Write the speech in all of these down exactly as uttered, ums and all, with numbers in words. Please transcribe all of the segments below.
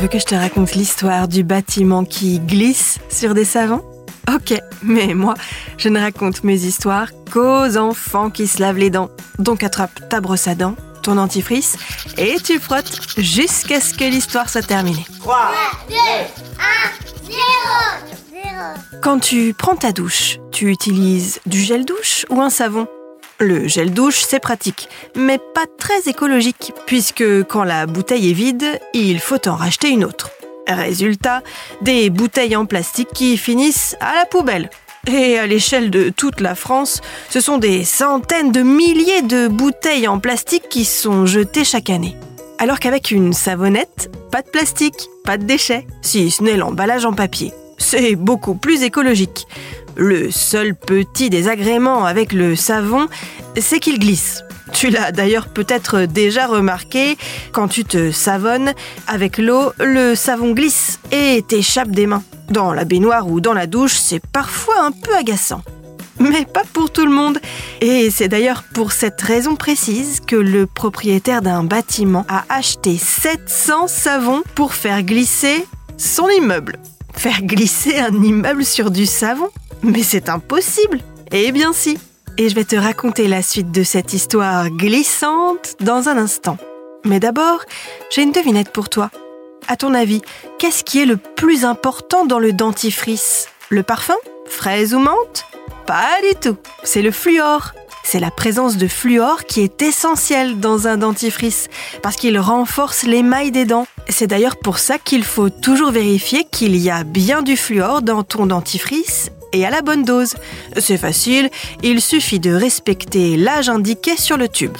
veux que je te raconte l'histoire du bâtiment qui glisse sur des savons ? Ok, mais moi, je ne raconte mes histoires qu'aux enfants qui se lavent les dents. Donc attrape ta brosse à dents, ton dentifrice, et tu frottes jusqu'à ce que l'histoire soit terminée. trois, deux, un, zéro. Quand tu prends ta douche, tu utilises du gel douche ou un savon ? Le gel douche, c'est pratique, mais pas très écologique, puisque quand la bouteille est vide, il faut en racheter une autre. Résultat, des bouteilles en plastique qui finissent à la poubelle. Et à l'échelle de toute la France, ce sont des centaines de milliers de bouteilles en plastique qui sont jetées chaque année. Alors qu'avec une savonnette, pas de plastique, pas de déchets, si ce n'est l'emballage en papier. C'est beaucoup plus écologique. Le seul petit désagrément avec le savon, c'est qu'il glisse. Tu l'as d'ailleurs peut-être déjà remarqué, quand tu te savonnes, avec l'eau, le savon glisse et t'échappe des mains. Dans la baignoire ou dans la douche, c'est parfois un peu agaçant. Mais pas pour tout le monde. Et c'est d'ailleurs pour cette raison précise que le propriétaire d'un bâtiment a acheté sept cents savons pour faire glisser son immeuble. Faire glisser un immeuble sur du savon ? Mais c'est impossible ! Eh bien si. Et je vais te raconter la suite de cette histoire glissante dans un instant. Mais d'abord, j'ai une devinette pour toi. À ton avis, qu'est-ce qui est le plus important dans le dentifrice ? Le parfum ? Fraise ou menthe ? Pas du tout. C'est le fluor. C'est la présence de fluor qui est essentielle dans un dentifrice, parce qu'il renforce l'émail des dents. C'est d'ailleurs pour ça qu'il faut toujours vérifier qu'il y a bien du fluor dans ton dentifrice et à la bonne dose. C'est facile, il suffit de respecter l'âge indiqué sur le tube.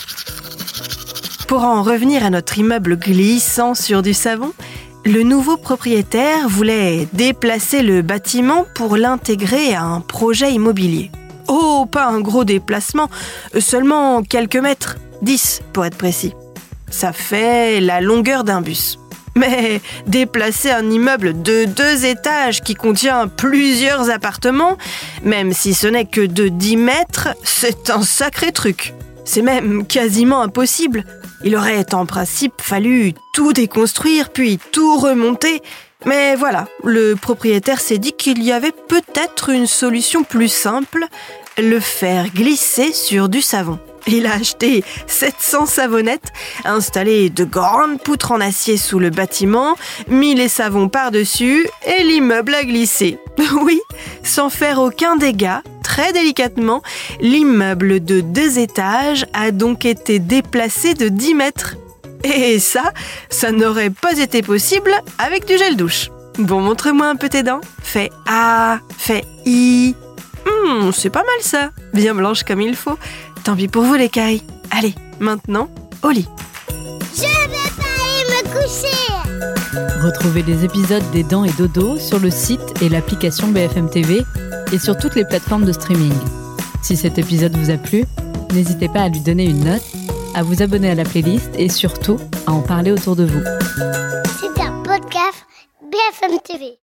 Pour en revenir à notre immeuble glissant sur du savon, le nouveau propriétaire voulait déplacer le bâtiment pour l'intégrer à un projet immobilier. Oh, pas un gros déplacement, seulement quelques mètres, dix pour être précis. Ça fait la longueur d'un bus. Mais déplacer un immeuble de deux étages qui contient plusieurs appartements, même si ce n'est que de dix mètres, c'est un sacré truc. C'est même quasiment impossible. Il aurait en principe fallu tout déconstruire, puis tout remonter. Mais voilà, le propriétaire s'est dit qu'il y avait peut-être une solution plus simple, le faire glisser sur du savon. Il a acheté sept cents savonnettes, installé de grandes poutres en acier sous le bâtiment, mis les savons par-dessus et l'immeuble a glissé. Oui, sans faire aucun dégât, très délicatement, l'immeuble de deux étages a donc été déplacé de dix mètres. Et ça, ça n'aurait pas été possible avec du gel douche. Bon, montre-moi un peu tes dents. Fais A, fais I. Hum, c'est pas mal ça. Bien blanche comme il faut. Tant pis pour vous les cailles. Allez, maintenant, au lit. Je vais pas aller me coucher. Retrouvez les épisodes des Dents et Dodo sur le site et l'application B F M T V et sur toutes les plateformes de streaming. Si cet épisode vous a plu, n'hésitez pas à lui donner une note, à vous abonner à la playlist et surtout à en parler autour de vous. C'est un podcast B F M T V.